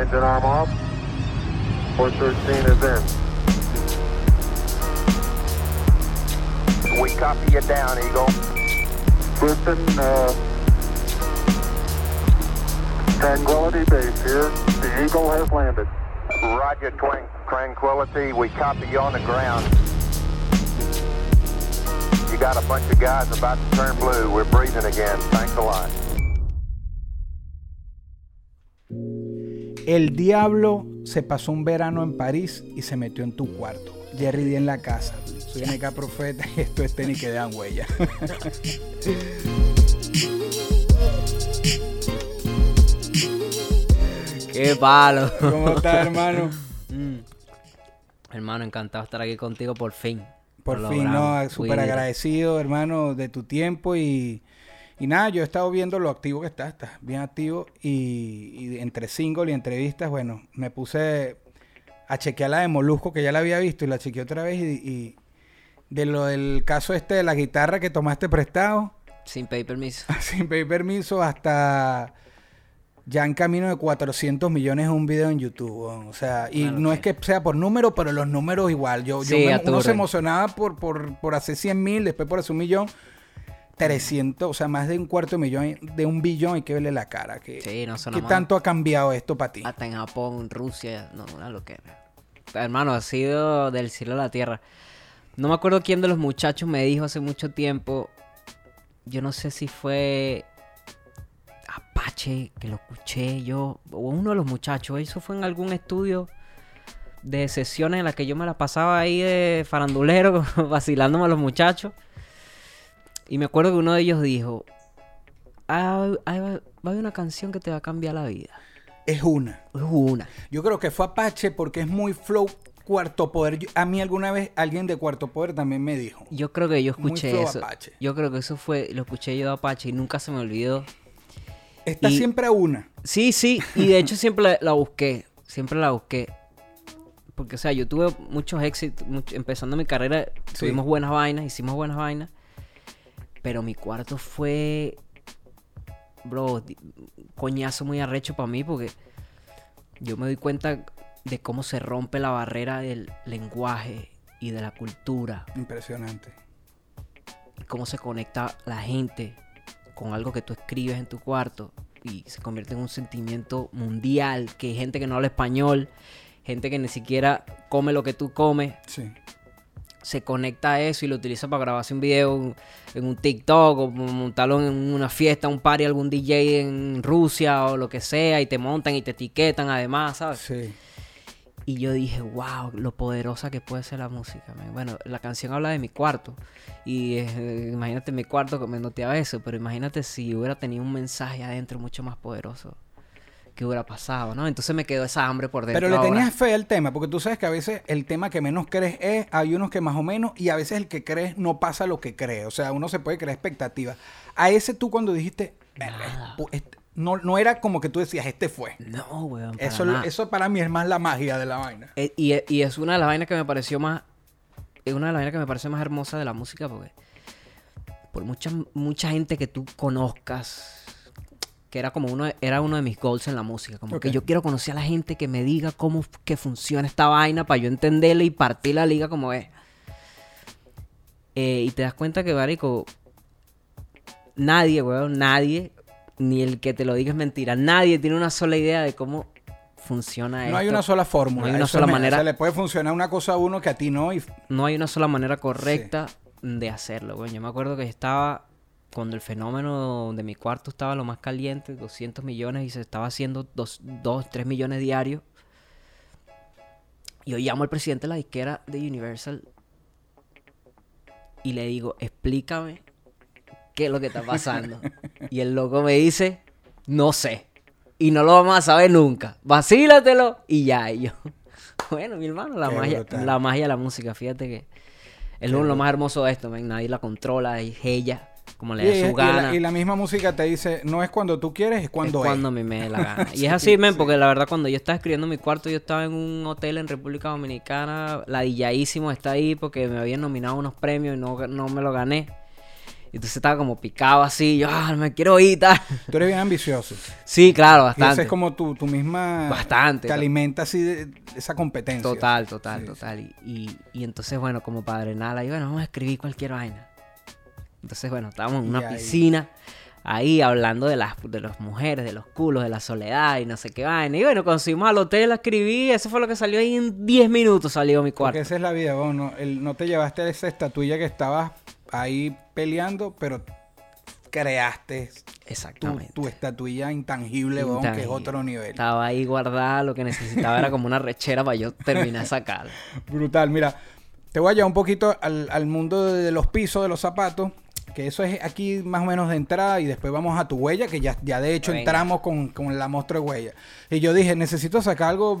Engine arm off. 413 is in. We copy you down, Eagle. Houston, Tranquility Base here. The Eagle has landed. Roger, Tranquility. We copy you on the ground. You got a bunch of guys about to turn blue. We're breathing again. Thanks a lot. El diablo se pasó un verano en París y se metió en tu cuarto. Jerry D en la casa. Soy NK Profeta y esto es Tenis que dan huella. ¡Qué palo! ¿Cómo estás, hermano? Hermano, encantado de estar aquí contigo por fin. Por fin, no, súper agradecido, hermano, de tu tiempo y nada, yo he estado viendo lo activo que estás bien activo y entre single y entrevistas, bueno, me puse a chequear la de Molusco que ya la había visto y la chequeé otra vez y de lo del caso de la guitarra que tomaste prestado. Sin pedir permiso. Sin pedir permiso hasta ya en camino de 400 millones un video en YouTube, o sea, y claro, no es que sea por número, pero los números igual. Uno se emocionaba por hacer 100,000, después por hacer 1,000,000. 300, o sea, más de $250,000,000, de $1 billón, hay que verle la cara. ¿Qué tanto ha cambiado esto para ti? Hasta en Japón, Rusia, no, una loquera. Hermano, ha sido del cielo a la tierra. No me acuerdo quién de los muchachos me dijo hace mucho tiempo, yo no sé si fue Apache, que lo escuché yo, o uno de los muchachos, eso fue en algún estudio de sesiones en las que yo me la pasaba ahí de farandulero, vacilándome a los muchachos. Y me acuerdo que uno de ellos dijo, va a haber una canción que te va a cambiar la vida. Es una. Yo creo que fue Apache porque es muy flow Cuarto Poder. A mí alguna vez alguien de Cuarto Poder también me dijo. Yo creo que yo escuché muy eso. Apache. Yo creo que eso fue, lo escuché yo de Apache y nunca se me olvidó. Está siempre a una. Sí, y de hecho siempre la busqué. Porque, o sea, yo tuve muchos éxitos, empezando mi carrera, tuvimos buenas vainas, hicimos buenas vainas. Pero mi cuarto fue, bro, coñazo muy arrecho para mí porque yo me doy cuenta de cómo se rompe la barrera del lenguaje y de la cultura. Impresionante. Cómo se conecta la gente con algo que tú escribes en tu cuarto y se convierte en un sentimiento mundial, que hay gente que no habla español, gente que ni siquiera come lo que tú comes. Sí. Se conecta a eso y lo utiliza para grabarse un video en un TikTok o montarlo en una fiesta, un party, algún DJ en Rusia o lo que sea, y te montan y te etiquetan además, ¿sabes? Sí. Y yo dije, wow, lo poderosa que puede ser la música, man. Bueno, la canción habla de mi cuarto y imagínate mi cuarto que me noteaba eso, pero imagínate si hubiera tenido un mensaje adentro mucho más poderoso. ¿Qué hubiera pasado, no? Entonces me quedó esa hambre por dentro. Pero le tenías fe al tema, porque tú sabes que a veces el tema que menos crees es, hay unos que más o menos, y a veces el que crees no pasa lo que cree. O sea, uno se puede crear expectativas. A ese tú cuando dijiste, no era como que tú decías, este fue. No, weón. Eso para mí es más la magia de la vaina. Y es una de las vainas que me pareció más, es una de las vainas que me parece más hermosa de la música, porque por mucha gente que tú conozcas, que era uno de mis goals en la música. Como que yo quiero conocer a la gente que me diga cómo que funciona esta vaina para yo entenderla y partir la liga como es. Y te das cuenta que, marico, nadie, ni el que te lo diga es mentira. Nadie tiene una sola idea de cómo funciona esto. No hay una sola fórmula. No hay una sola manera. Se le puede funcionar una cosa a uno que a ti no. No hay una sola manera correcta de hacerlo, güey. Yo me acuerdo que estaba... Cuando el fenómeno de mi cuarto estaba lo más caliente, 200 millones, y se estaba haciendo 3 millones diarios. Yo llamo al presidente de la disquera de Universal y le digo, explícame qué es lo que está pasando. Y el loco me dice, no sé. Y no lo vamos a saber nunca. Vacílatelo y ya. Y yo, bueno, mi hermano, la magia de la música. Fíjate que es lo más hermoso de esto, man. Nadie la controla, es ella. Como le dé su gana. Y la misma música te dice, no es cuando tú quieres, es cuando es. Cuando a mí me dé la gana. Y es así, men, porque la verdad cuando yo estaba escribiendo mi cuarto, yo estaba en un hotel en República Dominicana, ladilladísimo está ahí porque me habían nominado unos premios y no me lo gané. Y entonces estaba como picado así, yo, me quiero ir, tal. Tú eres bien ambicioso. Sí, claro, Y bastante. esa es como tu misma... Bastante. Te alimenta así de esa competencia. Total. Sí. Y entonces, bueno, como padre nada, y bueno, vamos a escribir cualquier vaina. Entonces, bueno, estábamos en una piscina, ahí hablando de las mujeres, de los culos, de la soledad y no sé qué vaina. Y bueno, cuando subimos al hotel a escribir, eso fue lo que salió ahí en 10 minutos, salió mi cuarto. Porque esa es la vida, vos, no te llevaste a esa estatuilla que estabas ahí peleando, pero creaste Exactamente. tu estatuilla intangible, vos, que es otro nivel. Estaba ahí guardada, lo que necesitaba era como una rechera para yo terminar de sacarla. Brutal, mira, te voy a llevar un poquito al mundo de los pisos, de los zapatos, que eso es aquí más o menos de entrada, y después vamos a tu huella, que ya de hecho entramos con la monstruo de huella. Y yo dije, necesito sacar algo,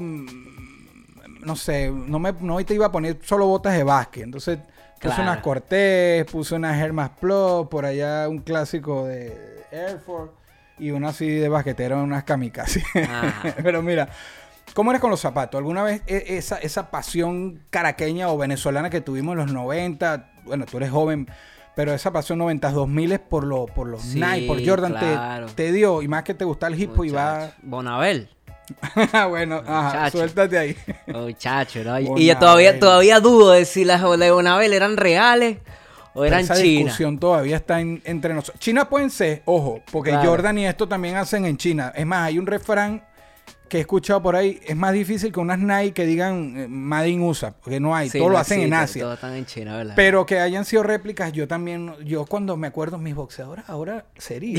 no sé, no te iba a poner solo botas de básquet, entonces puse unas Cortez, puse unas Air Max Plus, por allá un clásico de Air Force, y una así de basquetero, unas kamikaze. Pero mira, ¿cómo eres con los zapatos? ¿Alguna vez esa pasión caraqueña o venezolana que tuvimos en los 90? Bueno, tú eres joven, pero esa pasión 90s, 2000 por los Nike, por Jordan, claro, te dio, y más que te gusta el hip hop y va... Bonabel. Bueno, ajá, suéltate ahí. Muchacho, ¿no? Y yo todavía dudo de si las de Bonabel eran reales o eran chinas. Esa discusión todavía está entre nosotros. China pueden ser, ojo, porque claro, Jordan y esto también hacen en China. Es más, hay un refrán que he escuchado por ahí, es más difícil que unas Nike que digan Made in USA, porque no hay, todo lo hacen en Asia. Todos están en China, ¿verdad? Pero que hayan sido réplicas, yo cuando me acuerdo, mis boxeadoras ahora sería.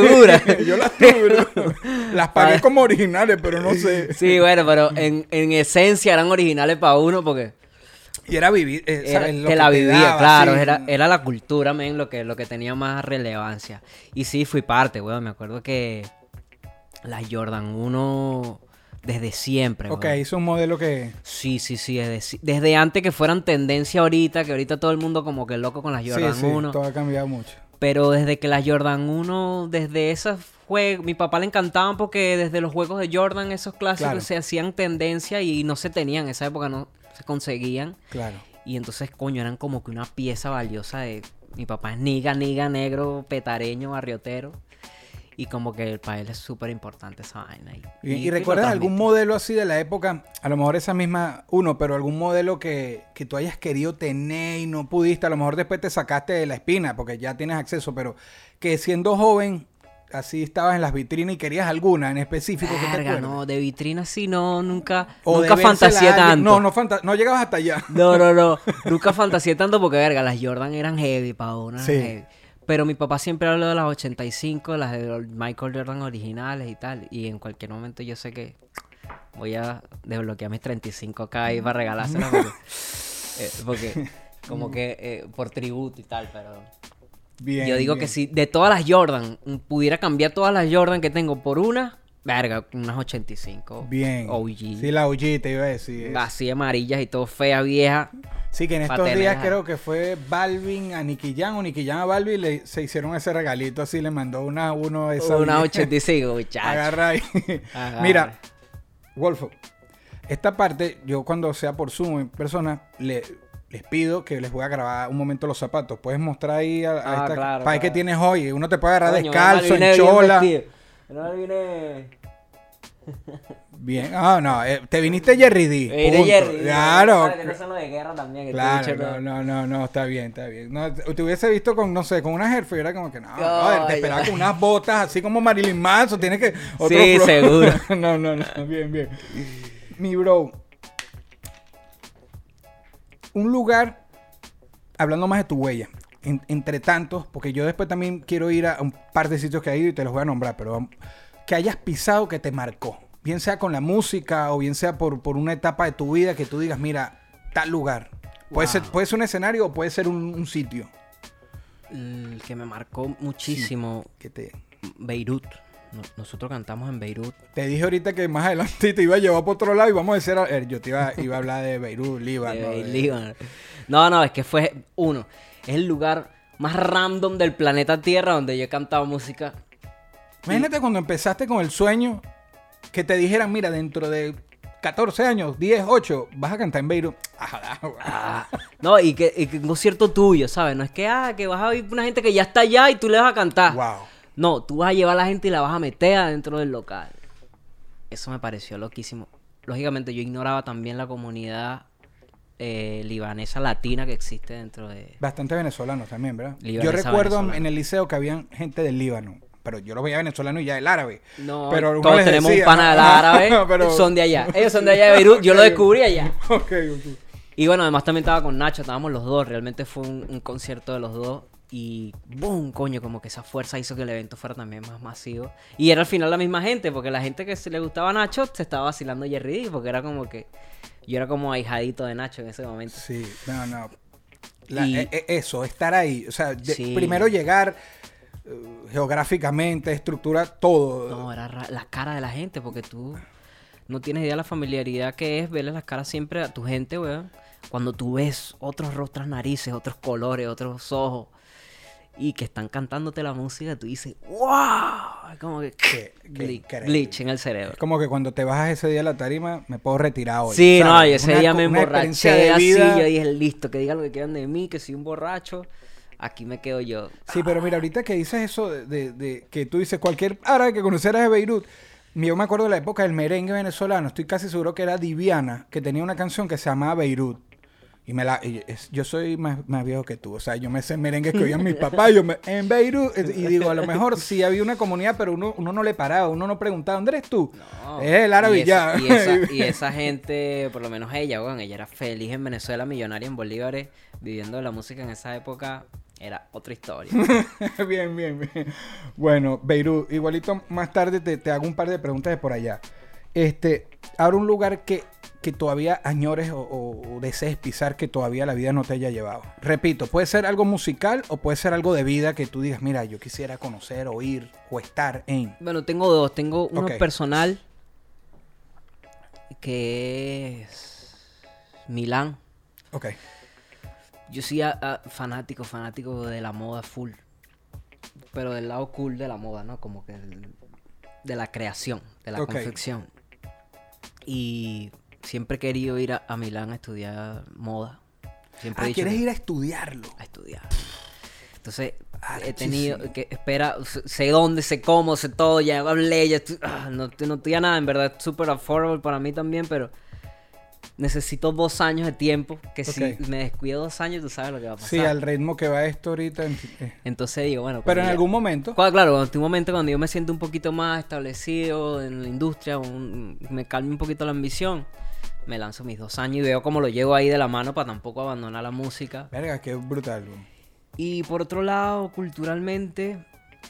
Yo las tuve, las pagué como originales, pero no sé. Sí, bueno, pero en esencia eran originales para uno porque... Y era vivir, ¿sabes? Te la vivía, claro, era la cultura, men, lo que tenía más relevancia. Y sí, fui parte, weón, me acuerdo que... La Jordan 1 desde siempre. Ok, es un modelo que... Sí. Desde antes que fueran tendencia ahorita, que ahorita todo el mundo como que loco con las Jordan 1. Sí, todo ha cambiado mucho. Pero desde que las Jordan 1, desde esos juegos, mi papá le encantaban porque desde los juegos de Jordan, esos clásicos se hacían tendencia y no se tenían, en esa época no se conseguían. Claro. Y entonces, coño, eran como que una pieza valiosa de... Mi papá es niga, negro, petareño, barriotero. Y como que para él es súper importante esa vaina. ¿Y recuerdas algún modelo así de la época? A lo mejor esa misma, pero algún modelo que tú hayas querido tener y no pudiste. A lo mejor después te sacaste de la espina porque ya tienes acceso. Pero que siendo joven, así estabas en las vitrinas y querías alguna en específico. ¿Qué te acuerdas? No, de vitrina sí, no, nunca fantaseé tanto. No llegabas hasta allá. No. Nunca fantaseé tanto porque, las Jordan eran heavy, eran heavy. Pero mi papá siempre habló de las 85, las de Michael Jordan originales y tal. Y en cualquier momento yo sé que voy a desbloquear mis 35K y para regalárselas porque como que por tributo y tal, pero... Bien, yo digo que si de todas las Jordan, pudiera cambiar todas las Jordan que tengo por unas 85. Bien. OG. Sí, la OG te iba a decir. Así amarillas y todo fea, vieja. Sí, que en estos días creo que fue Balvin a Nicky Jam o Nicky Jam a Balvin se hicieron ese regalito así, le mandó uno de esas. Una 85, muchacho. Agarra ahí. Mira, Wolfo, esta parte, yo cuando sea por Zoom en persona, les pido que les voy a grabar un momento los zapatos. Puedes mostrar ahí claro, para que tienes hoy. Uno te puede agarrar descalzo, en chola. No vine... Bien, no, te viniste Jerry D. Jerry D. Claro. Que no son los de guerra también. Claro, no, está bien. No, te hubiese visto con unas Airfare, era como que te esperaba con unas botas así como Marilyn Manson, tienes que... Sí, seguro. No, bien. Mi bro, un lugar, hablando más de tu huella, entre tantos, porque yo después también quiero ir a un par de sitios que hay y te los voy a nombrar, pero que hayas pisado que te marcó, bien sea con la música o bien sea por una etapa de tu vida que tú digas, mira, tal lugar. Puede ser un escenario o puede ser un sitio. El que me marcó muchísimo, Beirut. Nosotros cantamos en Beirut. Te dije ahorita que más adelante te iba a llevar por otro lado y vamos a decir, yo te iba a hablar de Beirut, Líbano. Líbano. No, es que es el lugar más random del planeta Tierra donde yo he cantado música. Imagínate cuando empezaste con el sueño que te dijeran, mira, dentro de 14 años, 10, 8, vas a cantar en Beirut. No, y que un concierto tuyo, ¿sabes? No es que vas a ver una gente que ya está allá y tú le vas a cantar. Wow. No, tú vas a llevar a la gente y la vas a meter adentro del local. Eso me pareció loquísimo. Lógicamente yo ignoraba también la comunidad libanesa latina que existe dentro de... Bastante venezolanos también, ¿verdad? Libanesa, yo recuerdo venezolana. en el liceo que habían gente del Líbano, pero yo los veía venezolanos y ya el árabe. No, pero uno todos les tenemos decía, un pana del árabe, pero... son de allá. Ellos son de allá de Beirut, yo lo descubrí allá. Ok. Y bueno, además también estaba con Nacho, estábamos los dos, realmente fue un concierto de los dos. Y boom, coño, como que esa fuerza hizo que el evento fuera también más masivo. Y era al final la misma gente, porque la gente que se le gustaba a Nacho se estaba vacilando a Jerry D, porque era como que yo era como ahijadito de Nacho en ese momento. Sí, no. Y- Eso, estar ahí. O sea, Sí. primero llegar geográficamente, estructura, todo. No, era la cara de la gente, porque tú no tienes idea de la familiaridad que es verle las caras siempre a tu gente, weón. Cuando tú ves otras narices, otros colores, otros ojos, y que están cantándote la música, tú dices, ¡wow! Es como que Qué glitch en el cerebro. Es como que cuando te bajas ese día a la tarima, me puedo retirar hoy. Sí, ¿sabes? no, y ese día me una experiencia emborraché de así, vida. yo dije, listo, que digan lo que quieran de mí, que soy un borracho, aquí me quedo yo. Sí, pero mira, ahorita que dices eso de que tú dices cualquier árabe que conocieras de Beirut, yo me acuerdo de la época del merengue venezolano, estoy casi seguro que era Diviana, que tenía una canción que se llamaba Beirut. Yo soy más viejo que tú, o sea, yo me sé merengue que oían mis papás, en Beirut, y digo, a lo mejor sí había una comunidad, pero uno no le paraba, uno no preguntaba, ¿dónde eres tú? No, Es el árabe y ya. Y esa gente, por lo menos ella, bueno, ella era feliz en Venezuela, millonaria en bolívares, viviendo de la música en esa época, era otra historia. Bien. Bueno, Beirut, igualito más tarde te hago un par de preguntas de por allá. Ahora un lugar que todavía añores o desees pisar que todavía la vida no te haya llevado. Repito, puede ser algo musical o puede ser algo de vida que tú digas, mira, yo quisiera conocer o ir o estar en. Bueno, tengo dos. Tengo uno Ok. personal que es Milán. Ok. Yo soy fanático de la moda full. Pero del lado cool de la moda, ¿no? Como que de la creación, de la Ok. confección. Y siempre he querido ir a Milán a estudiar moda. Siempre he dicho ¿Quieres que- ir a estudiarlo? a estudiar. Entonces, he Arrechísimo. tenido que sé dónde, sé cómo, sé todo, ya hablé, ya no estudia nada, en verdad es súper affordable para mí también, pero necesito 2 años de tiempo, que Ok. si me descuido 2 años, tú sabes lo que va a pasar. Sí, al ritmo que va esto ahorita. Entonces digo, bueno. Pero en cuando algún momento. Claro, en un momento cuando yo me siento un poquito más establecido en la industria, me calme un poquito la ambición, me lanzo mis 2 años y veo cómo lo llevo ahí de la mano para tampoco abandonar la música. Verga, qué brutal. Bro. Y por otro lado, culturalmente,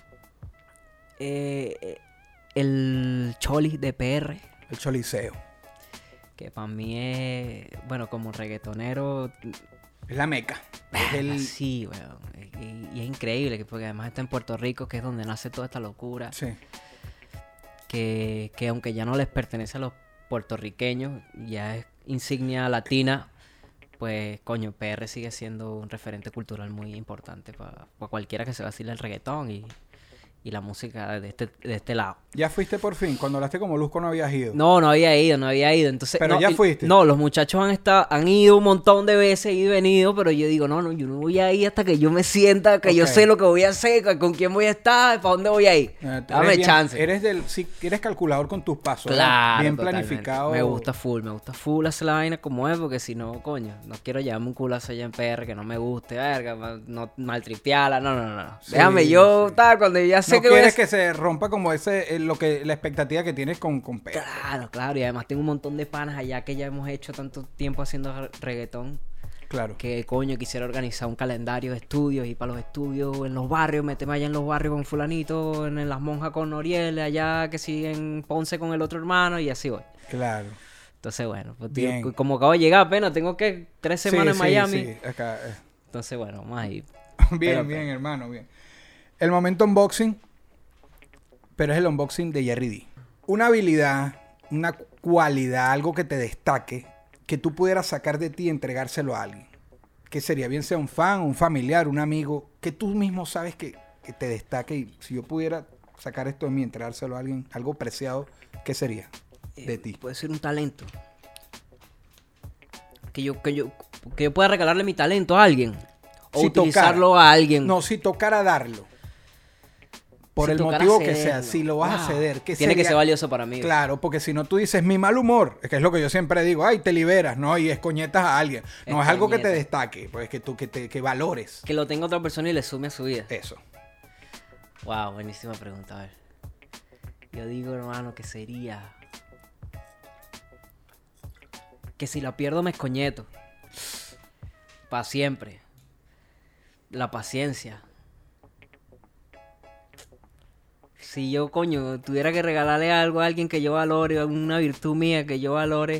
el Choli de PR, El Choliseo. que para mí es, bueno, como reggaetonero, Es la meca. Es el... sí, weón. Y es increíble, porque además está en Puerto Rico, que es donde nace toda esta locura. Sí. Que aunque ya no les pertenece a los puertorriqueños, ya es insignia latina, pues coño, PR sigue siendo un referente cultural muy importante para cualquiera que se vacile el reggaetón y la música de este lado. Ya fuiste por fin. Cuando hablaste como Lusco no habías ido. No había ido. Entonces, Pero no, ya fuiste. No, los muchachos han ido un montón de veces, ido y venido, pero yo digo, no, yo no voy a ir hasta que yo me sienta, que yo Ok. sé lo que voy a hacer, con quién voy a estar, para dónde voy a ir. Dame chance. Eres calculador con tus pasos. ¿verdad? Claro, Bien totalmente. planificado. Me gusta full hacer la vaina como es, porque si no, coño, no quiero llevarme un culazo allá en PR que no me guste, verga, no maltripearla, no. Sí, Déjame yo, sí. tal, cuando ya sé No que voy a quieres que se rompa como la expectativa que tienes con Pedro. Claro, y además tengo un montón de panas allá que ya hemos hecho tanto tiempo haciendo reggaetón, Claro. que coño, quisiera organizar un calendario de estudios y para los estudios en los barrios, méteme allá en los barrios con fulanito, en Las Monjas con Noriel, allá que sí en Ponce con el otro hermano y así voy. Claro. Entonces, bueno, pues, Bien. tío, como acabo de llegar apenas, tengo que 3 semanas en Miami. Sí, acá. Entonces, bueno, vamos a ir. Bien, hermano, bien. El momento unboxing, pero es el unboxing de Jerry D. Una habilidad, una cualidad, algo que te destaque, que tú pudieras sacar de ti y entregárselo a alguien. ¿Qué sería? Bien sea un fan, un familiar, un amigo, que tú mismo sabes que te destaque. Y si yo pudiera sacar esto de mí y entregárselo a alguien, algo preciado, ¿qué sería? de ti. Puede ser un talento. Que yo pueda regalarle mi talento a alguien. O si utilizarlo tocara, a alguien. No, si tocara darlo. Por si el motivo que sea, si lo vas a ceder. Tiene que ser valioso para mí. Claro, porque si no tú dices mi mal humor, que es lo que yo siempre digo, ay, te liberas, ¿no? Y escoñetas a alguien. No es algo que te destaque, pues que valores. Que lo tenga otra persona y le sume a su vida. Eso. Wow, buenísima pregunta. A ver. Yo digo, hermano, que sería... Que si la pierdo me escoñeto. Para siempre. La paciencia. Si yo, coño, tuviera que regalarle algo a alguien que yo valore, una virtud mía que yo valore,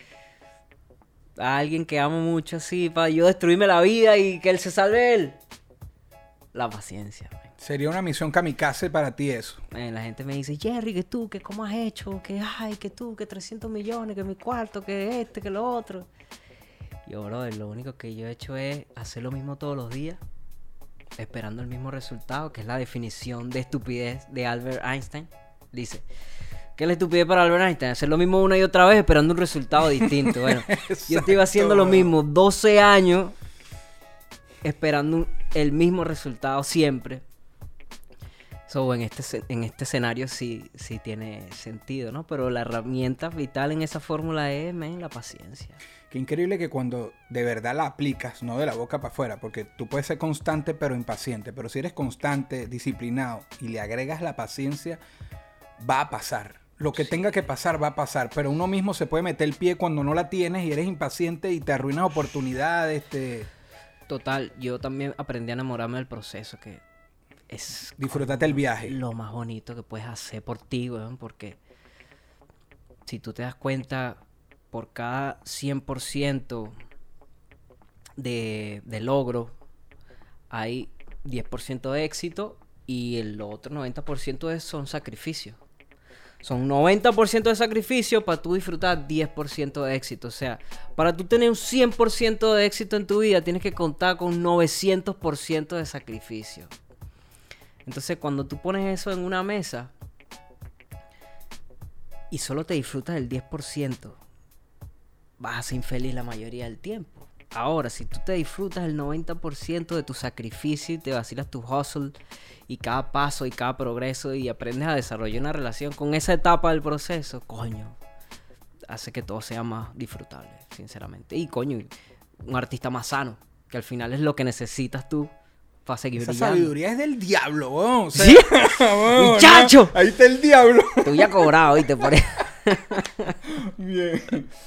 a alguien que amo mucho así, para yo destruirme la vida y que él se salve él. La paciencia. Sería una misión kamikaze para ti eso. La gente me dice, Jerry, que tú, que cómo has hecho, que ay, que tú, que 300 millones, que mi cuarto, que este, que lo otro. Yo, brother, lo único que yo he hecho es hacer lo mismo todos los días, esperando el mismo resultado, que es la definición de estupidez de Albert Einstein. Dice, ¿qué es la estupidez para Albert Einstein? Hacer lo mismo una y otra vez esperando un resultado distinto. Bueno, yo estoy haciendo lo mismo 12 años esperando el mismo resultado siempre. So, en este escenario sí tiene sentido, ¿no? Pero la herramienta vital en esa fórmula es, la paciencia. Qué increíble que cuando de verdad la aplicas, no de la boca para afuera, porque tú puedes ser constante pero impaciente, pero si eres constante, disciplinado y le agregas la paciencia, va a pasar. Lo que tenga que pasar va a pasar, pero uno mismo se puede meter el pie cuando no la tienes y eres impaciente y te arruinas oportunidades. Total, yo también aprendí a enamorarme del proceso, que disfrútate el viaje. Lo más bonito que puedes hacer por ti, weón, porque si tú te das cuenta, por cada 100% de logro hay 10% de éxito y el otro 90% son sacrificios. Son 90% de sacrificio para tú disfrutar 10% de éxito. O sea, para tú tener un 100% de éxito en tu vida, tienes que contar con 900% de sacrificio. Entonces, cuando tú pones eso en una mesa y solo te disfrutas del 10%, vas a ser infeliz la mayoría del tiempo. Ahora, si tú te disfrutas el 90% de tu sacrificio y te vacilas tu hustle y cada paso y cada progreso y aprendes a desarrollar una relación con esa etapa del proceso, coño, hace que todo sea más disfrutable, sinceramente. Y coño, un artista más sano, que al final es lo que necesitas tú para seguir brillando. Esa sabiduría es del diablo, weón. O sea, ¿sí? Bueno, ¡muchacho! ¿no? Ahí está el diablo. Tú ya cobrado, ¿viste? Por eso. Bien.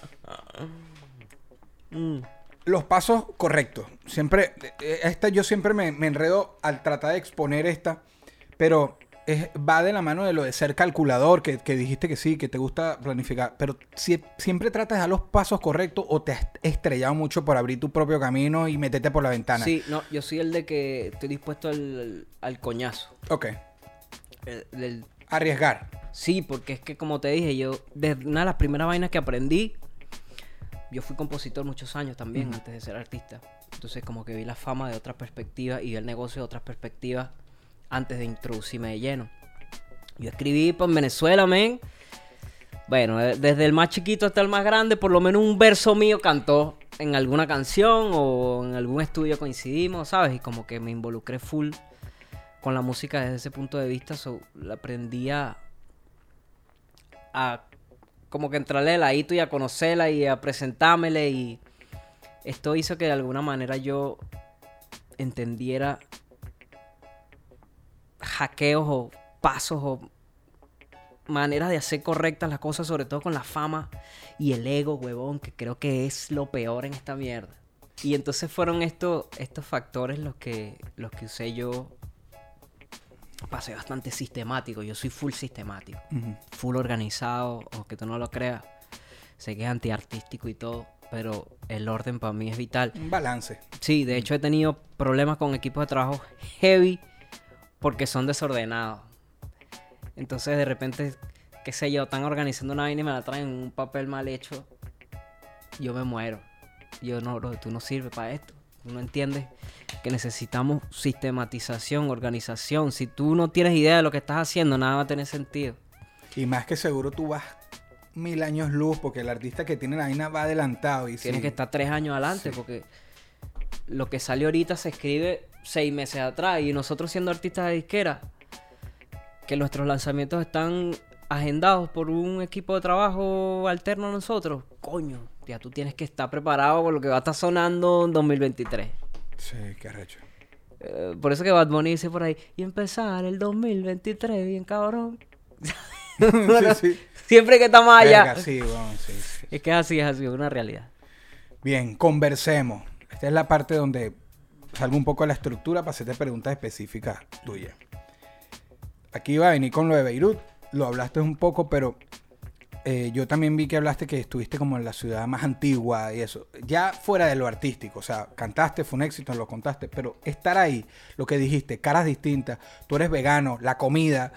Los pasos correctos. Siempre, yo siempre me enredo al tratar de exponer esta, pero va de la mano de lo de ser calculador, que dijiste que sí, que te gusta planificar, pero siempre tratas de dar los pasos correctos o te has estrellado mucho por abrir tu propio camino y meterte por la ventana. Sí, no, yo soy el de que estoy dispuesto al coñazo. Ok. Arriesgar. Sí, porque es que como te dije, yo desde una de las primeras vainas que aprendí, yo fui compositor muchos años también antes de ser artista. Entonces como que vi la fama de otras perspectivas y vi el negocio de otras perspectivas antes de introducirme de lleno. Yo escribí en Venezuela, men. Bueno, desde el más chiquito hasta el más grande, por lo menos un verso mío cantó en alguna canción o en algún estudio coincidimos, ¿sabes? Y como que me involucré full con la música desde ese punto de vista. La aprendí a como que entrarle de ladito y a conocerla y a presentármele, y esto hizo que de alguna manera yo entendiera hackeos o pasos o maneras de hacer correctas las cosas, sobre todo con la fama y el ego, huevón, que creo que es lo peor en esta mierda. Y entonces fueron estos factores los que usé yo. Pasé bastante sistemático. Yo soy full sistemático, full organizado, aunque tú no lo creas. Sé que es antiartístico y todo, pero el orden para mí es vital. Un balance. Sí, de hecho he tenido problemas con equipos de trabajo heavy porque son desordenados. Entonces de repente, qué sé yo, están organizando una vaina y me la traen en un papel mal hecho. Yo me muero. Yo no, bro, tú no sirves para esto. Tú no entiendes que necesitamos sistematización, organización. Si tú no tienes idea de lo que estás haciendo, nada va a tener sentido. Y más que seguro tú vas 1000 años luz, porque el artista que tiene la vaina va adelantado. Y tienes que estar 3 años adelante, porque lo que sale ahorita se escribe 6 meses atrás. Y nosotros siendo artistas de disquera, que nuestros lanzamientos están agendados por un equipo de trabajo alterno a nosotros, coño, ya tú tienes que estar preparado por lo que va a estar sonando en 2023. Sí, qué arrecho. Por eso que Bad Bunny dice por ahí, y empezar el 2023 bien cabrón. Sí. Siempre que estamos allá. Verga, sí, bueno, sí. Es que es así, una realidad. Bien, conversemos. Esta es la parte donde salgo un poco de la estructura para hacerte preguntas específicas tuyas. Aquí iba a venir con lo de Beirut. Lo hablaste un poco, pero yo también vi que hablaste que estuviste como en la ciudad más antigua y eso. Ya fuera de lo artístico, o sea, cantaste, fue un éxito, lo contaste, pero estar ahí, lo que dijiste, caras distintas, tú eres vegano, la comida,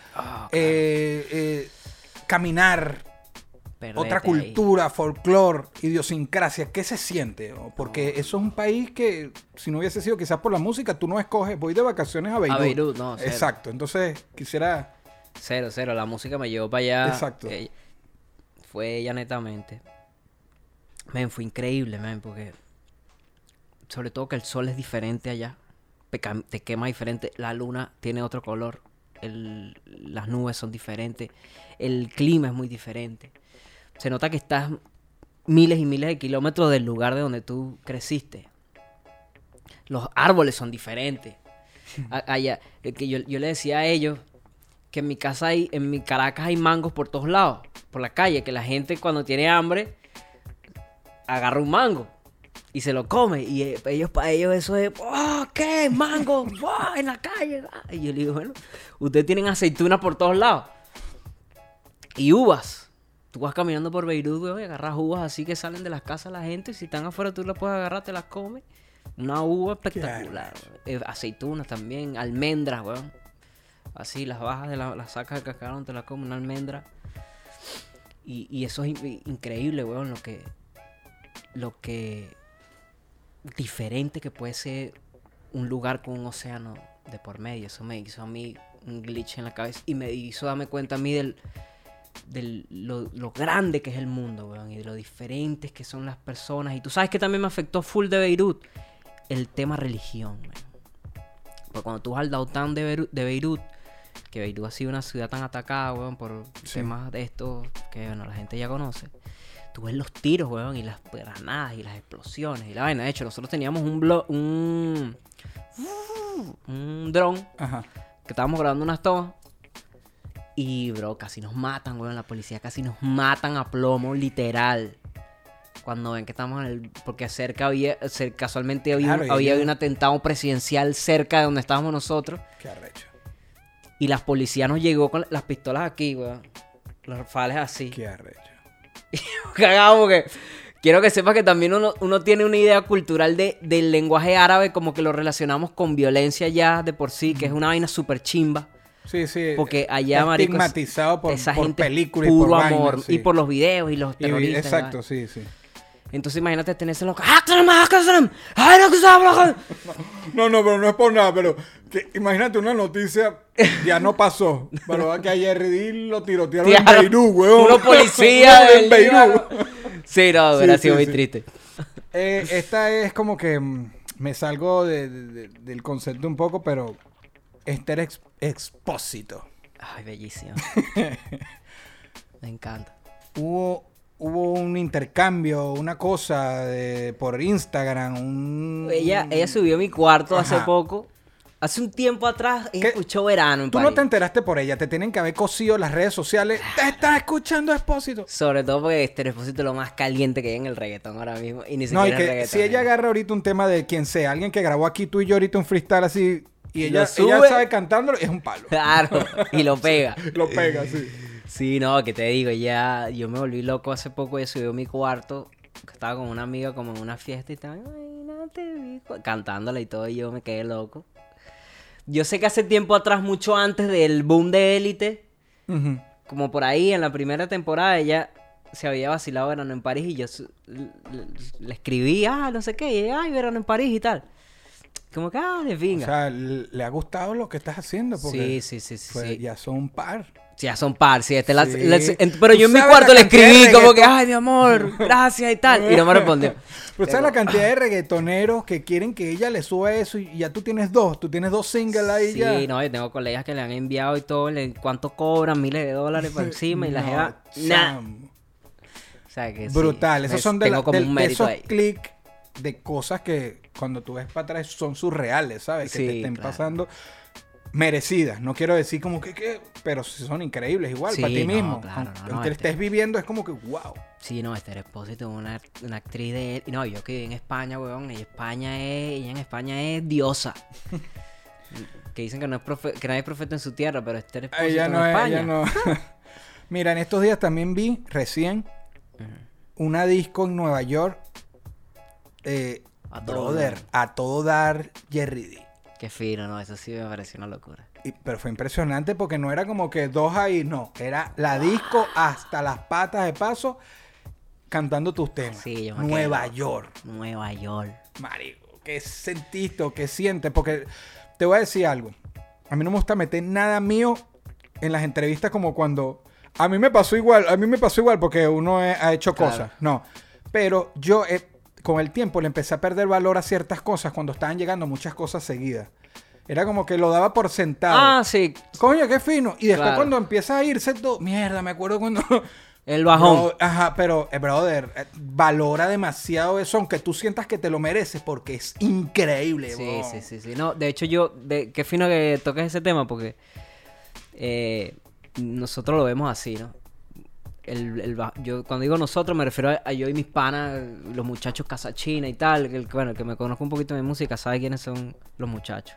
caminar, Perdete otra cultura, folclore, idiosincrasia, ¿qué se siente? Porque eso es un país que, si no hubiese sido quizás por la música, tú no escoges, voy de vacaciones a Beirut. A Beirut, no, cero. Exacto, entonces quisiera... Cero, la música me llevó para allá. Exacto. Fue ella netamente. Men, fue increíble, men, porque... Sobre todo que el sol es diferente allá. Te quema diferente. La luna tiene otro color. Las nubes son diferentes. El clima es muy diferente. Se nota que estás miles y miles de kilómetros del lugar de donde tú creciste. Los árboles son diferentes. Allá, que yo le decía a ellos que en mi casa en mi Caracas hay mangos por todos lados, por la calle, que la gente cuando tiene hambre agarra un mango y se lo come, y para ellos eso es, ¡oh, qué! ¡Mango! ¡Oh, en la calle! Y yo le digo, bueno, ustedes tienen aceitunas por todos lados y uvas. Tú vas caminando por Beirut, weón, y agarras uvas así que salen de las casas de la gente, y si están afuera tú las puedes agarrar, te las comes. Una uva espectacular. Aceitunas también, almendras, weón. Así, las bajas, las sacas de cascarón, te las comes, una almendra. Y eso es increíble, weón, lo que diferente que puede ser un lugar con un océano de por medio. Eso me hizo a mí un glitch en la cabeza y me hizo darme cuenta a mí de lo grande que es el mundo, weón, y de lo diferentes que son las personas. Y tú sabes que también me afectó full de Beirut el tema religión, weón. Porque cuando tú vas al downtown de Beirut, que Beirut ha sido una ciudad tan atacada, weón, por temas de estos que, bueno, la gente ya conoce. Tú ves los tiros, weón, y las granadas y las explosiones y la vaina. De hecho, nosotros teníamos un dron. Ajá. Que estábamos grabando unas tomas. Y, bro, casi nos matan, weón. La policía casi nos matan a plomo, literal. Cuando ven que estamos porque casualmente había un atentado presidencial cerca de donde estábamos nosotros. Qué arrecho. Y las policías nos llegó con las pistolas aquí, weón. Los rafales así. Qué arrecho. Cagado, porque quiero que sepas que también uno tiene una idea cultural del lenguaje árabe, como que lo relacionamos con violencia ya de por sí, que es una vaina súper chimba. Sí, sí. Porque allá, marico, estigmatizado por películas y puro por amor, vainas, sí. y por los videos y los terroristas. Exacto, sí, sí. Entonces imagínate tener ese loco. No, pero no es por nada, pero imagínate una noticia, ya no pasó. Pero que ayer lo tirotearon en Beirut, weón. Uno policía en Beirut. Sí, no, hubiera sido muy triste. Esta es como que me salgo del concepto un poco, pero Esther Expósito. Ay, bellísimo. Me encanta. Hubo un intercambio, una cosa por Instagram. Ella subió a mi cuarto Ajá. hace poco. Hace un tiempo atrás, ella escuchó Verano en Tú París. no te enteraste por ella, te tienen que haber cosido las redes sociales. Te estás escuchando Expósito. Sobre todo porque Esther Expósito es lo más caliente que hay en el reggaetón ahora mismo. Y ni siquiera No, y es que reggaetón. si ella agarra ahorita un tema de quien sea, alguien que grabó aquí tú y yo ahorita un freestyle así, y ella sabe cantándolo, es un palo. Claro, y lo pega. Lo pega, sí. Sí, no, que te digo, yo me volví loco hace poco, ella subió a mi cuarto, estaba con una amiga como en una fiesta y estaba, cantándola y todo, y yo me quedé loco. Yo sé que hace tiempo atrás, mucho antes del boom de Élite, como por ahí en la primera temporada, ella se había vacilado Verano en París y yo le escribí, no sé qué, y ella, Verano en París y tal. Como que, de pinga. O sea, le ha gustado lo que estás haciendo porque Sí. ya son un par. Sí, ya son par, sí. Pero yo en mi cuarto le escribí como que, ay, mi amor, gracias y tal. Y no me respondió. Pero ¿sabes la cantidad de reggaetoneros que quieren que ella le suba eso y ya tú tienes dos singles ahí ya? Sí, no, yo tengo colegas que le han enviado y todo, cuánto cobran, miles de dólares por encima y la jeva, nada. O sea que brutal, sí, esos son de esos clics de cosas que cuando tú ves para atrás son surreales, ¿sabes? Que te estén pasando merecidas. No quiero decir como que pero son increíbles igual para ti mismo. Claro, aunque estés viviendo es como que wow. Sí, no, Esther Expósito es una actriz de... No, yo que viví en España, weón, ella en España es diosa. Que dicen que que nadie es profeta en su tierra, pero Esther Expósito en España. Ella no. Mira, en estos días también vi recién una disco en Nueva York. A todo dar Jerry D. Qué fino, ¿no? Eso sí me pareció una locura. Pero fue impresionante porque no era como que dos ahí, no. Era la disco hasta las patas de paso cantando tus temas. Sí, yo me Nueva York. Marico, ¿qué sentiste o qué sientes? Porque te voy a decir algo. A mí no me gusta meter nada mío en las entrevistas como cuando... A mí me pasó igual porque uno ha hecho cosas. No, pero yo... con el tiempo le empecé a perder valor a ciertas cosas cuando estaban llegando muchas cosas seguidas. Era como que lo daba por sentado. Ah, sí. Coño, qué fino. Y después cuando empieza a irse todo... Mierda, me acuerdo cuando... El bajón. Pero, brother, valora demasiado eso, aunque tú sientas que te lo mereces, porque es increíble, bro. Sí. No, de hecho qué fino que toques ese tema, porque nosotros lo vemos así, ¿no? Yo cuando digo nosotros me refiero a yo y mis panas, los muchachos Casachina y tal, que me conozco un poquito de música, sabe quiénes son los muchachos.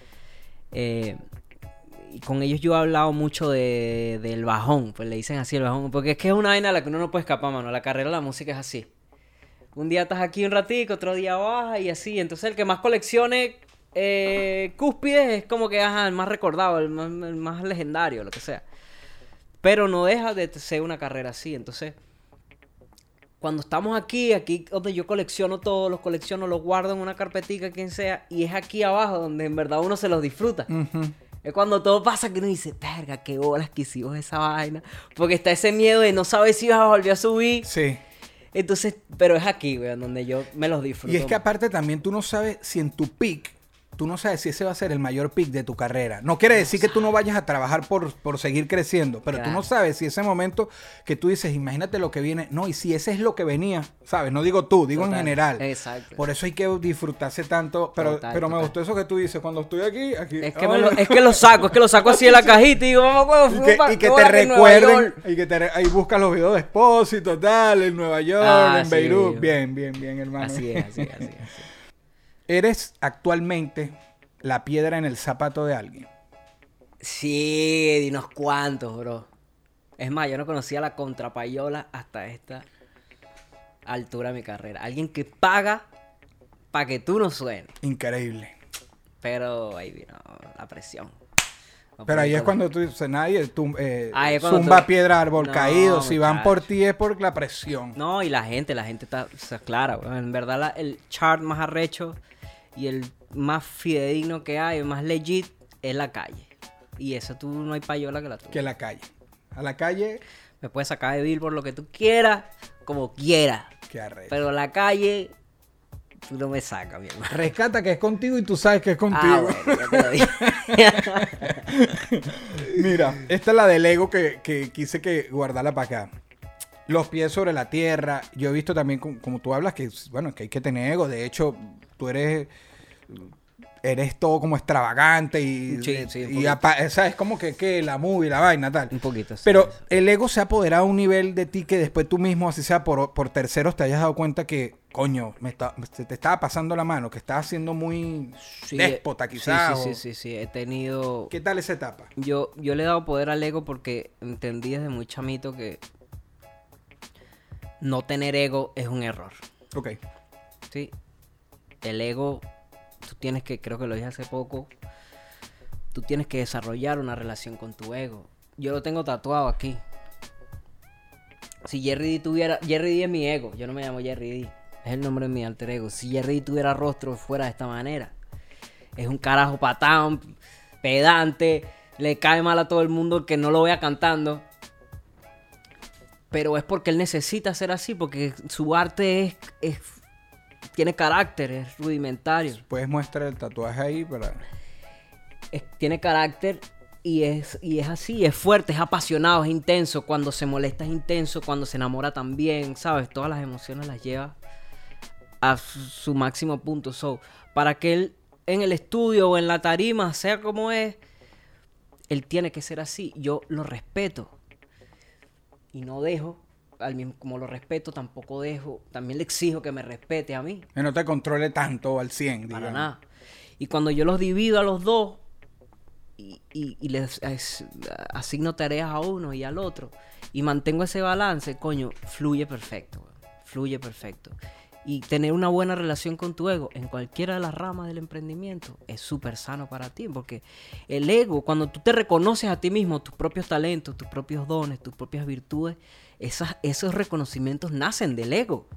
Y con ellos yo he hablado mucho del bajón, pues le dicen así el bajón, porque es que es una vaina a la que uno no puede escapar, mano. La carrera de la música es así. Un día estás aquí un ratico, otro día bajas y así. Entonces el que más coleccione cúspides es como que el más recordado, el más legendario, lo que sea. Pero no deja de ser una carrera así. Entonces, cuando estamos aquí donde yo colecciono todo, los guardo en una carpetica, quien sea, y es aquí abajo donde en verdad uno se los disfruta. Uh-huh. Es cuando todo pasa que uno dice, verga, qué bolas que hicimos esa vaina. Porque está ese miedo de no saber si vas a volver a subir. Sí. Entonces, pero es aquí, weón, donde yo me los disfruto. Y es que aparte también tú no sabes si en tu peak, tú no sabes si ese va a ser el mayor peak de tu carrera. No quiere decir que tú no vayas a trabajar por seguir creciendo, pero tú no sabes si ese momento que tú dices, imagínate lo que viene, no, y si ese es lo que venía, ¿sabes? No digo tú, digo en general. Exacto. Por eso hay que disfrutarse tanto, pero me gustó eso que tú dices, cuando estoy aquí. Es que lo saco así de la cajita y digo, vamos, y que te recuerden, y que ahí buscas los videos de Expósito, tal, en Nueva York, en Beirut. Bien, hermano. Así es. ¿Eres actualmente la piedra en el zapato de alguien? Sí, de unos cuantos, bro. Es más, yo no conocía la contrapayola hasta esta altura de mi carrera. Alguien que paga para que tú no suenes. Increíble. Pero ahí vino la presión. Pero ahí es cuando tú dices, nadie zumba piedra, árbol caído. Si van por ti es por la presión. No, y la gente está clara, bro. En verdad el chart más arrecho y el más fidedigno que hay, el más legit, es la calle. Y eso tú no hay payola que la tuya. Que la calle. A la calle... Me puedes sacar de Billboard lo que tú quieras, como quieras. Qué arrecho. Pero la calle, tú no me sacas, mi hermano. Rescata que es contigo y tú sabes que es contigo. Bueno, ya te lo dije. Mira, esta es la del ego que quise que guardarla para acá. Los pies sobre la tierra. Yo he visto también, como tú hablas, que bueno, que hay que tener ego. De hecho, tú eres todo como extravagante y ¿sabes? Como que la movie, la vaina, tal. Un poquito, sí. Pero el ego se ha apoderado a un nivel de ti que después tú mismo, así sea por terceros, te hayas dado cuenta que, coño, se te estaba pasando la mano, que estabas siendo muy déspota, quizás. Sí. He tenido... ¿Qué tal esa etapa? Yo le he dado poder al ego porque entendí desde muy chamito que no tener ego es un error. Ok. Sí. El ego, tú tienes que, creo que lo dije hace poco, tú tienes que desarrollar una relación con tu ego. Yo lo tengo tatuado aquí. Si Jerry D es mi ego, yo no me llamo Jerry D, es el nombre de mi alter ego. Si Jerry D tuviera rostro fuera de esta manera, es un carajo patán, pedante, le cae mal a todo el mundo que no lo vea cantando. Pero es porque él necesita ser así, porque su arte tiene carácter, es rudimentario. Puedes mostrar el tatuaje ahí para... Tiene carácter y es así, es fuerte, es apasionado, es intenso. Cuando se molesta es intenso, cuando se enamora también, ¿sabes? Todas las emociones las lleva a su máximo punto. So, para que él en el estudio o en la tarima sea como es, él tiene que ser así. Yo lo respeto. Y no dejo, como lo respeto, tampoco dejo, también le exijo que me respete a mí. Que no te controle tanto al 100, Para digamos. nada. Y cuando yo los divido a los dos y les asigno tareas a uno y al otro y mantengo ese balance, coño, fluye perfecto, güey. Fluye perfecto. Y tener una buena relación con tu ego en cualquiera de las ramas del emprendimiento es súper sano para ti. Porque el ego, cuando tú te reconoces a ti mismo, tus propios talentos, tus propios dones, tus propias virtudes, esos reconocimientos nacen del ego.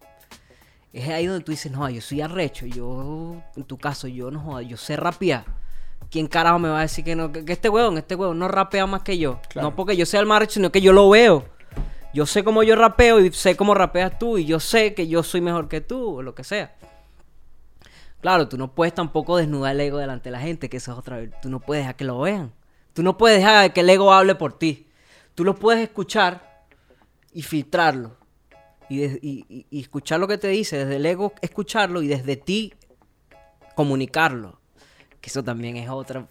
Es ahí donde tú dices, no, yo soy arrecho, yo, en tu caso, yo no joda, yo sé rapear. ¿Quién carajo me va a decir que no? Que este huevón no rapea más que yo. Claro. No porque yo sea el más arrecho, sino que yo lo veo. Yo sé cómo yo rapeo y sé cómo rapeas tú. Y yo sé que yo soy mejor que tú o lo que sea. Claro, tú no puedes tampoco desnudar el ego delante de la gente, que eso es otra vez. Tú no puedes dejar que lo vean. Tú no puedes dejar que el ego hable por ti. Tú lo puedes escuchar y filtrarlo. Y escuchar lo que te dice. Desde el ego escucharlo y desde ti comunicarlo. Que eso también es otro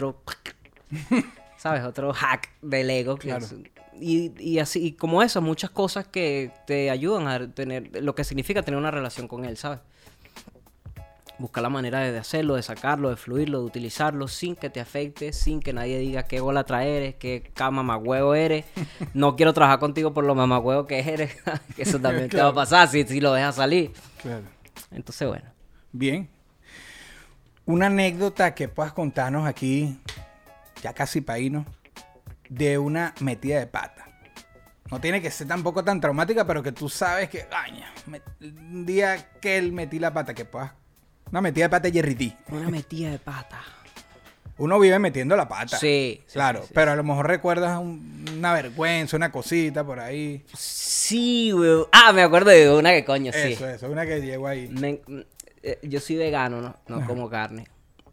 ¿sabes? Otro hack del ego. Claro. Y así, y como eso, muchas cosas que te ayudan a tener lo que significa tener una relación con él, ¿sabes? Buscar la manera de hacerlo, de sacarlo, de fluirlo, de utilizarlo sin que te afecte, sin que nadie diga qué golatra eres, qué mamagüevo eres. No quiero trabajar contigo por lo mamagüevo que eres. Que eso también claro. Te va a pasar si lo dejas salir. Claro. Entonces, bueno. Bien. Una anécdota que puedas contarnos aquí, ya casi para irnos, de una metida de pata. No tiene que ser tampoco tan traumática, pero que tú sabes que, un día que él metí la pata, que puedas... Una metida de pata de Jerry D. Una metida de pata. Uno vive metiendo la pata. Sí. Claro, sí, pero a lo mejor recuerdas una vergüenza, una cosita por ahí. Sí, güey. Me acuerdo de una que coño, sí. Eso, una que llegó ahí. Yo soy vegano, no como carne.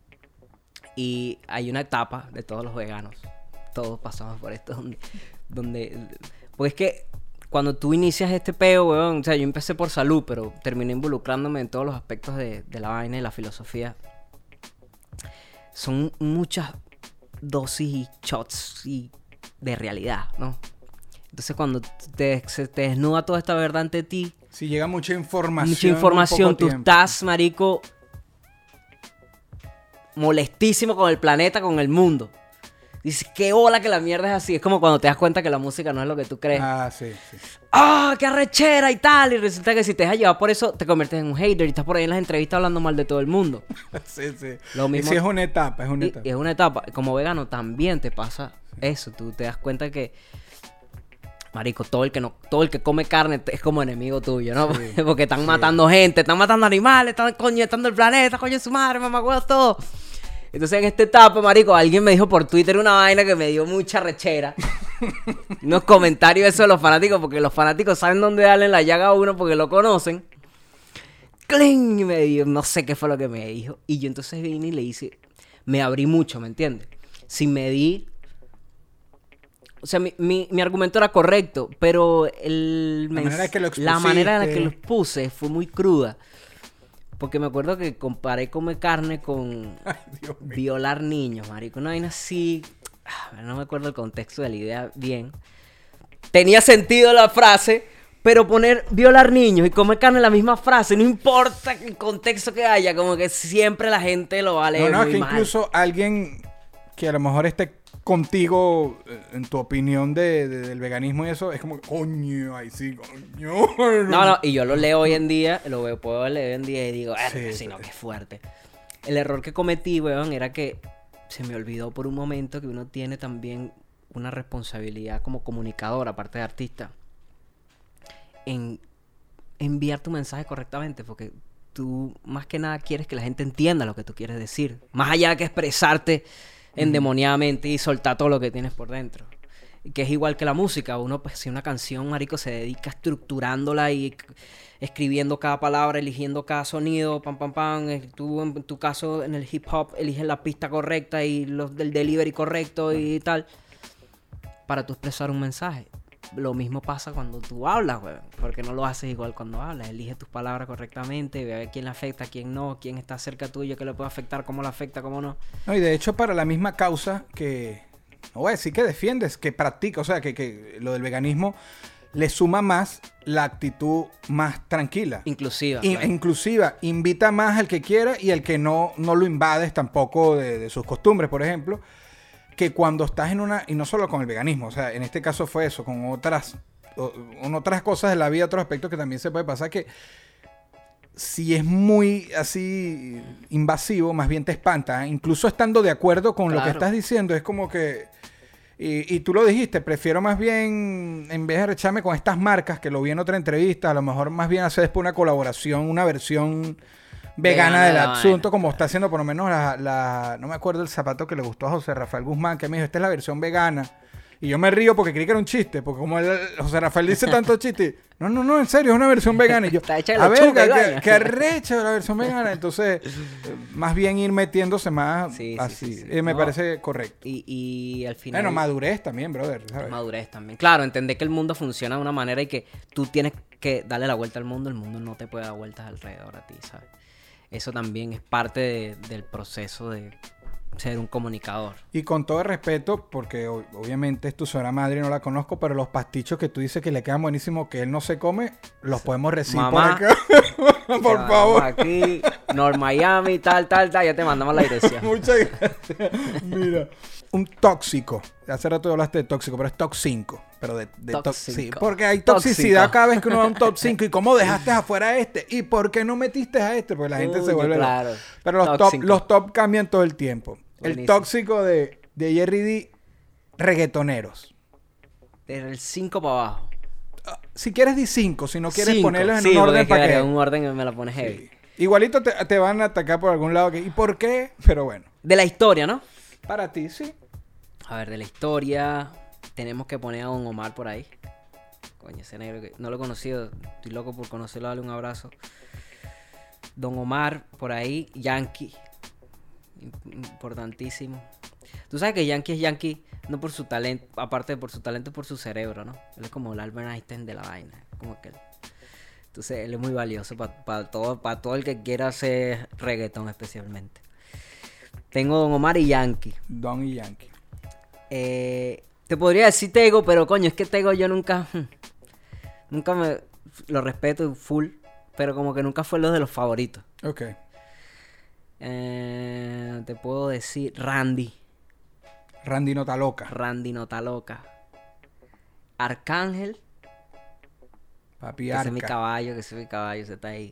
Y hay una etapa de todos los veganos. Todos pasamos por esto pues es que cuando tú inicias este peo, weón, o sea, yo empecé por salud, pero terminé involucrándome en todos los aspectos de la vaina y la filosofía. Son muchas dosis y shots de realidad, ¿no? Entonces cuando se te desnuda toda esta verdad ante ti, si llega mucha información, tú estás, marico, molestísimo con el planeta, con el mundo. Dices, qué bola que la mierda es así. Es como cuando te das cuenta que la música no es lo que tú crees. Sí. Qué arrechera y tal. Y resulta que si te dejas llevar por eso, te conviertes en un hater y estás por ahí en las entrevistas hablando mal de todo el mundo. Sí. Lo mismo, y sí, es una etapa. Es una etapa. Como vegano también te pasa eso. Tú te das cuenta que, marico, todo el que come carne es como enemigo tuyo, ¿no? Sí, porque están matando gente, están matando animales, están coñetando el planeta, coño su madre, mamagüeos, todo. Entonces en esta etapa, marico, alguien me dijo por Twitter una vaina que me dio mucha rechera. Unos comentarios eso de los fanáticos, porque los fanáticos saben dónde darle la llaga a uno porque lo conocen. ¡Cling! Y me dijo, no sé qué fue lo que me dijo. Y yo entonces vine y le hice, me abrí mucho, ¿me entiendes? Sin medir. O sea, mi argumento era correcto, pero la manera en la que lo expuse fue muy cruda. Porque me acuerdo que comparé comer carne con violar niños, marico. Una vaina así... No me acuerdo el contexto de la idea bien. Tenía sentido la frase, pero poner violar niños y comer carne en la misma frase, no importa el contexto que haya, como que siempre la gente lo va a leer muy mal. Incluso alguien que a lo mejor esté contigo en tu opinión del veganismo y eso, es como, coño, ahí sí, coño. No, y yo lo leo hoy en día, puedo leer hoy en día y digo, no, qué fuerte. El error que cometí, weón, era que se me olvidó por un momento que uno tiene también una responsabilidad como comunicador, aparte de artista, en enviar tu mensaje correctamente, porque tú más que nada quieres que la gente entienda lo que tú quieres decir, más allá de que expresarte endemoniadamente y soltar todo lo que tienes por dentro. Que es igual que la música. Uno, pues, si una canción, marico, se dedica estructurándola y escribiendo cada palabra, eligiendo cada sonido, pam, pam, pam. Tú, en tu caso, en el hip hop, eliges la pista correcta y los del delivery correcto y tal, para tú expresar un mensaje. Lo mismo pasa cuando tú hablas, güey, porque no lo haces igual cuando hablas. Eliges tus palabras correctamente, ve a ver quién le afecta, quién no, quién está cerca tuyo, qué le puede afectar, cómo le afecta, cómo no. No, y de hecho, para la misma causa que, no voy a decir que defiendes, que practica, o sea, que lo del veganismo le suma más la actitud más tranquila. Inclusiva. Claro. Inclusiva. Invita más al que quiera y al que no lo invades tampoco de sus costumbres, por ejemplo. Que cuando estás en una... Y no solo con el veganismo, o sea, en este caso fue eso, con otras cosas de la vida, otros aspectos que también se puede pasar, que si es muy así invasivo, más bien te espanta, ¿eh? Incluso estando de acuerdo con lo que estás diciendo, es como que... Y tú lo dijiste, prefiero más bien, en vez de recharme con estas marcas, que lo vi en otra entrevista, a lo mejor más bien hacer después una colaboración, una versión vegana del asunto, como está haciendo por lo menos no me acuerdo el zapato que le gustó a José Rafael Guzmán, que me dijo, esta es la versión vegana. Y yo me río porque creí que era un chiste, porque como José Rafael dice tanto chiste, no, en serio, es una versión vegana. Y yo, a ver, que arrecha la versión vegana. Entonces, más bien ir metiéndose más así. Sí. Me parece correcto. Y al final... Bueno, madurez también, brother, ¿sabes? Madurez también. Claro, entender que el mundo funciona de una manera y que tú tienes que darle la vuelta al mundo. El mundo no te puede dar vueltas alrededor a ti, ¿sabes? Eso también es parte del proceso de ser un comunicador. Y con todo el respeto, porque obviamente es tu suegra madre y no la conozco, pero los pastichos que tú dices que le quedan buenísimos, que él no se come, los podemos recibir mamá, por acá. Por favor. Aquí, North Miami, tal, ya te mandamos la dirección. Muchas gracias. Mira, un tóxico. Hace rato hablaste de tóxico, pero es top 5. Pero de sí, porque hay toxicidad cada vez que uno va a un top 5. ¿Y cómo dejaste afuera a este? ¿Y por qué no metiste a este? Porque la gente se vuelve claro. Pero los top cambian todo el tiempo. Buenísimo. El tóxico de Jerry D, reggaetoneros. Desde el 5 para abajo. Si quieres di 5, si no quieres ponerlos en un orden para que... en un orden me la pones heavy. Igualito te van a atacar por algún lado. ¿Y por qué? Pero bueno. De la historia, ¿no? Para ti, sí. A ver, de la historia... Tenemos que poner a Don Omar por ahí. Coño, ese negro que no lo he conocido. Estoy loco por conocerlo, darle un abrazo. Don Omar por ahí. Yankee. Importantísimo. Tú sabes que Yankee es Yankee no por su talento, aparte de por su talento, por su cerebro, ¿no? Él es como el Albert Einstein de la vaina. Como que entonces él es muy valioso para todo el que quiera hacer reggaetón especialmente. Tengo Don Omar y Yankee. Don y Yankee. Te podría decir Tego, pero coño, es que Tego yo nunca me lo respeto full, pero como que nunca fue lo de los favoritos. Ok. Te puedo decir Randy Nota Loca. Arcángel. Papi que Arca. Ese es mi caballo, ese está ahí.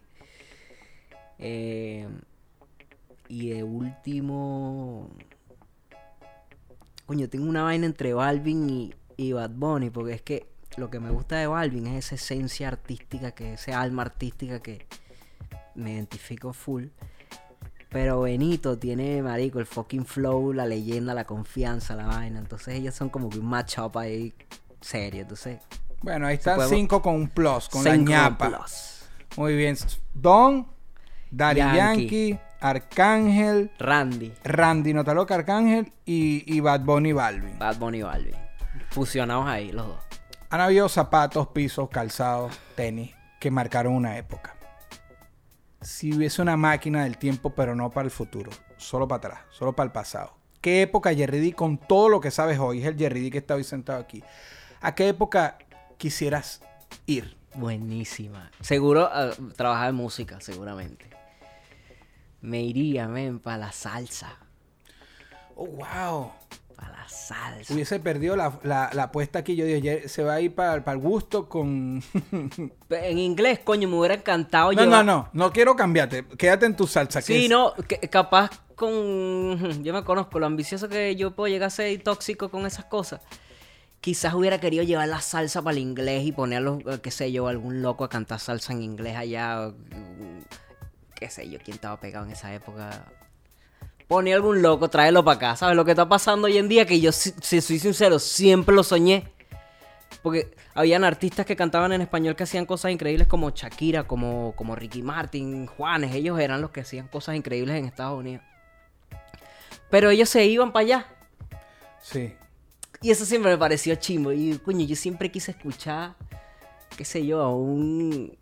Y de último... Coño, tengo una vaina entre Balvin y Bad Bunny, porque es que lo que me gusta de Balvin es esa esencia artística, ese alma artística que me identifico full. Pero Benito tiene, marico, el fucking flow, la leyenda, la confianza, la vaina. Entonces ellos son como que un match-up ahí serio, entonces... Bueno, ahí está 5 con un plus, con la ñapa. Muy bien. Don, Daddy Yankee, Arcángel, Randy Nota Loca, Arcángel y Bad Bunny Balvin. Fusionados ahí los dos. Han habido zapatos, pisos, calzados, tenis que marcaron una época. Si hubiese una máquina del tiempo, pero no para el futuro, solo para atrás, solo para el pasado. ¿Qué época Jerry D, con todo lo que sabes hoy, es el Jerry D que está hoy sentado aquí? ¿A qué época quisieras ir? Buenísima. Seguro trabajar en música, seguramente. Me iría, para la salsa. Oh, wow. Para la salsa. Hubiese perdido la apuesta aquí. Yo dije, se va a ir para el gusto con... En inglés, coño, me hubiera encantado. No quiero cambiarte. Quédate en tu salsa. Sí, capaz con... Yo me conozco lo ambicioso que yo puedo llegar a ser y tóxico con esas cosas. Quizás hubiera querido llevar la salsa para el inglés y ponerlo, qué sé yo, algún loco a cantar salsa en inglés allá. Qué sé yo, quién estaba pegado en esa época. ponía algún loco, tráelo para acá. ¿Sabes lo que está pasando hoy en día? Que yo, si soy sincero, siempre lo soñé. Porque habían artistas que cantaban en español que hacían cosas increíbles como Shakira, como Ricky Martin, Juanes. Ellos eran los que hacían cosas increíbles en Estados Unidos. Pero ellos se iban para allá. Sí. Y eso siempre me pareció chimbo. Y, coño, yo siempre quise escuchar, qué sé yo, a un...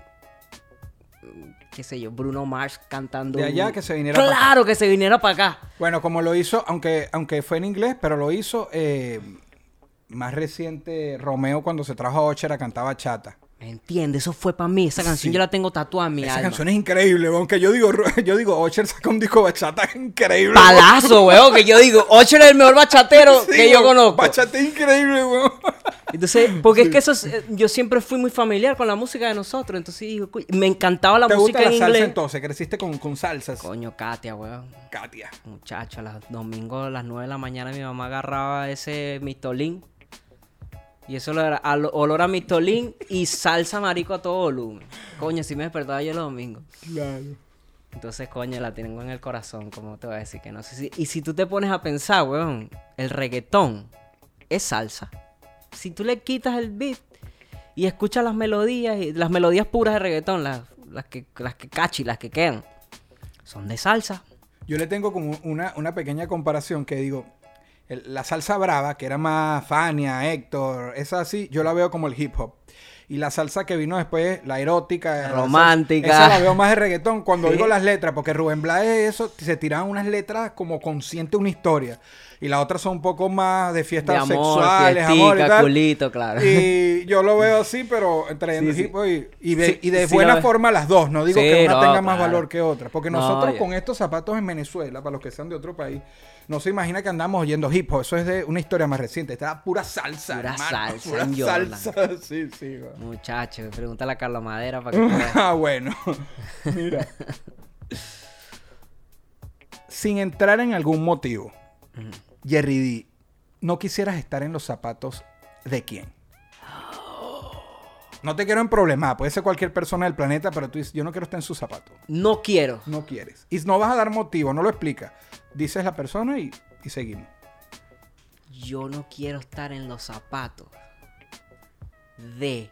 qué sé yo, Bruno Mars cantando... De allá que se viniera para acá. ¡Claro, que se viniera para acá! Bueno, como lo hizo, aunque fue en inglés, pero lo hizo más reciente Romeo cuando se trajo a Usher a cantar bachata. ¿Me entiendes? Eso fue para mí. Esa canción yo la tengo tatuada en mi alma. Esa canción es increíble, aunque yo digo, Usher saca un disco bachata increíble. ¡Palazo, weón! Que yo digo, Usher es el mejor bachatero Sí, que yo conozco. Bachata increíble, weón. Entonces, porque es que eso yo siempre fui muy familiar con la música de nosotros. Entonces digo, me encantaba la música en inglés. ¿Te gusta la salsa entonces? ¿Creciste con salsas? Coño, Katia, weón. Katia. Muchacho, los domingos a las 9 de la mañana mi mamá agarraba ese mistolín. Y eso era olor a mistolín y salsa marico a todo volumen. Coño, si me despertaba yo los domingos. Claro. Entonces, coño, la tengo en el corazón, ¿cómo te voy a decir? Que no sé si... Y si tú te pones a pensar, weón, el reggaetón es salsa. Si tú le quitas el beat y escuchas las melodías puras de reggaetón, las que cachi, las que quedan, son de salsa. Yo le tengo como una pequeña comparación que digo... La salsa brava, que era más Fania, Héctor, esa así, yo la veo como el hip hop. Y la salsa que vino después, la erótica, romántica, esa la veo más de reggaetón cuando oigo las letras, porque Rubén Blades eso, se tiraban unas letras como consciente una historia. Y las otras son un poco más de fiestas de amor, sexuales, fiestica, amor y tal. culito, claro. Y yo lo veo así, pero trayendo hip hop y de sí, buena forma las dos. No digo que una tenga más valor que otra. Porque nosotros con estos zapatos en Venezuela, para los que sean de otro país, no se imagina que andamos oyendo hip hop. Eso es de una historia más reciente. Esta pura salsa, pura hermano. salsa, Pura salsa. Sí, sí. Bueno. Muchacho, pregúntale a Carlos Madera para que pueda. Ah, bueno. Mira. Sin entrar en algún motivo, Jerry D, ¿no quisieras estar en los zapatos de quién? No te quiero en problemas, puede ser cualquier persona del planeta, pero tú dices, yo no quiero estar en sus zapatos. No quiero. No quieres. Y no vas a dar motivo, no lo explicas. Dices la persona y seguimos. Yo no quiero estar en los zapatos de...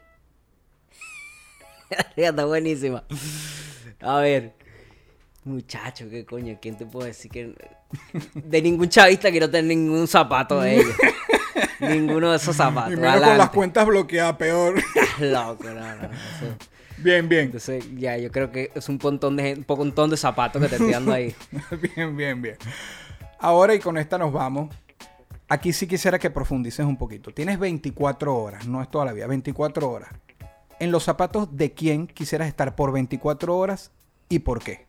Está buenísima. A ver. Muchacho, qué coño, ¿quién te puedo decir que... De ningún chavista quiero tener ningún zapato de ellos. Ninguno de esos zapatos. Y menos con las cuentas bloqueadas, peor. Estás loco, no. Bien. Entonces, ya, yo creo que es un montón de zapatos que te estoy dando ahí. Bien. Ahora y con esta nos vamos. Aquí sí quisiera que profundices un poquito. Tienes 24 horas, no es toda la vida, 24 horas. En los zapatos de quién quisieras estar por 24 horas y por qué.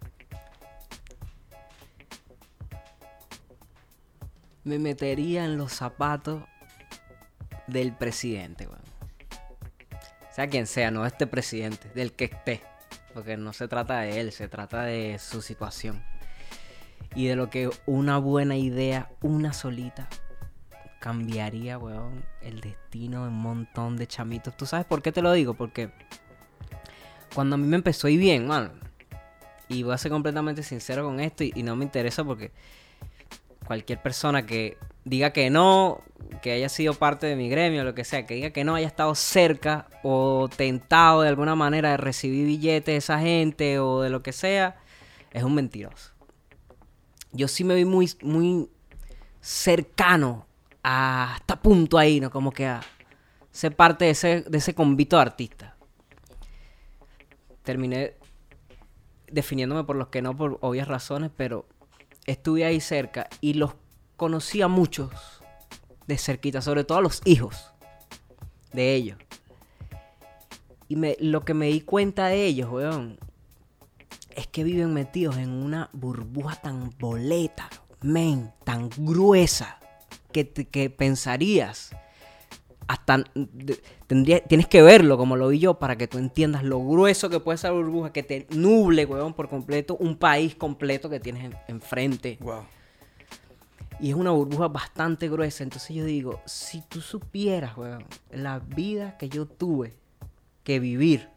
Me metería en los zapatos del presidente, weón. Sea quien sea, no este presidente, del que esté. Porque no se trata de él, se trata de su situación. Y de lo que una buena idea, una solita, cambiaría, weón, el destino de un montón de chamitos. ¿Tú sabes por qué te lo digo? Porque cuando a mí me empezó a ir bien, mano, y voy a ser completamente sincero con esto, y no me interesa porque cualquier persona que diga que no, que haya sido parte de mi gremio, lo que sea, que diga que no, haya estado cerca o tentado de alguna manera de recibir billetes de esa gente o de lo que sea, es un mentiroso. Yo sí me vi muy cercano hasta punto ahí, ¿no? Como que a ser parte de ese convito de artistas. Terminé definiéndome por los que no, por obvias razones, pero estuve ahí cerca y los conocí a muchos de cerquita, sobre todo a los hijos de ellos. Y lo que me di cuenta de ellos, weón, es que viven metidos en una burbuja tan boleta, tan gruesa, que pensarías, hasta tienes que verlo como lo vi yo para que tú entiendas lo grueso que puede ser la burbuja, que te nuble, weón, por completo un país completo que tienes enfrente. Wow. Y es una burbuja bastante gruesa. Entonces yo digo, si tú supieras, weón, la vida que yo tuve que vivir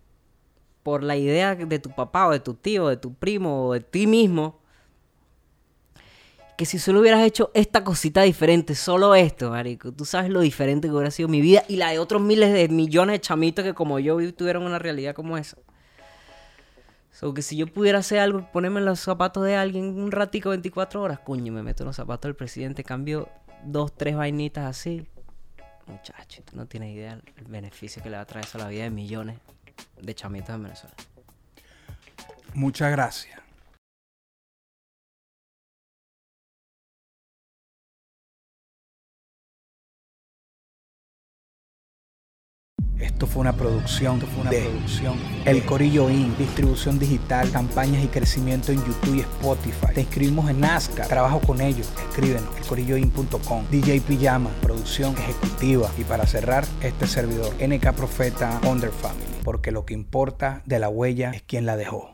por la idea de tu papá o de tu tío, o de tu primo o de ti mismo, que si solo hubieras hecho esta cosita diferente, solo esto, marico, tú sabes lo diferente que hubiera sido mi vida y la de otros miles de millones de chamitos que como yo tuvieron una realidad como esa. So, que si yo pudiera hacer algo, ponerme en los zapatos de alguien un ratico, 24 horas, coño, me meto en los zapatos del presidente, cambio 2, 3 vainitas así. Muchacho, tú no tienes idea el beneficio que le va a traer eso a la vida de millones de chamitos en Venezuela. Muchas gracias. Esto fue una producción, de El Corillo Inc. Distribución digital, campañas y crecimiento en YouTube y Spotify. Te inscribimos en NASCAR, trabajo con ellos. Escriben elcorilloinc.com. DJ Pijama, producción ejecutiva. Y para cerrar, este servidor, NK Profeta Under Family. Porque lo que importa de la huella es quién la dejó.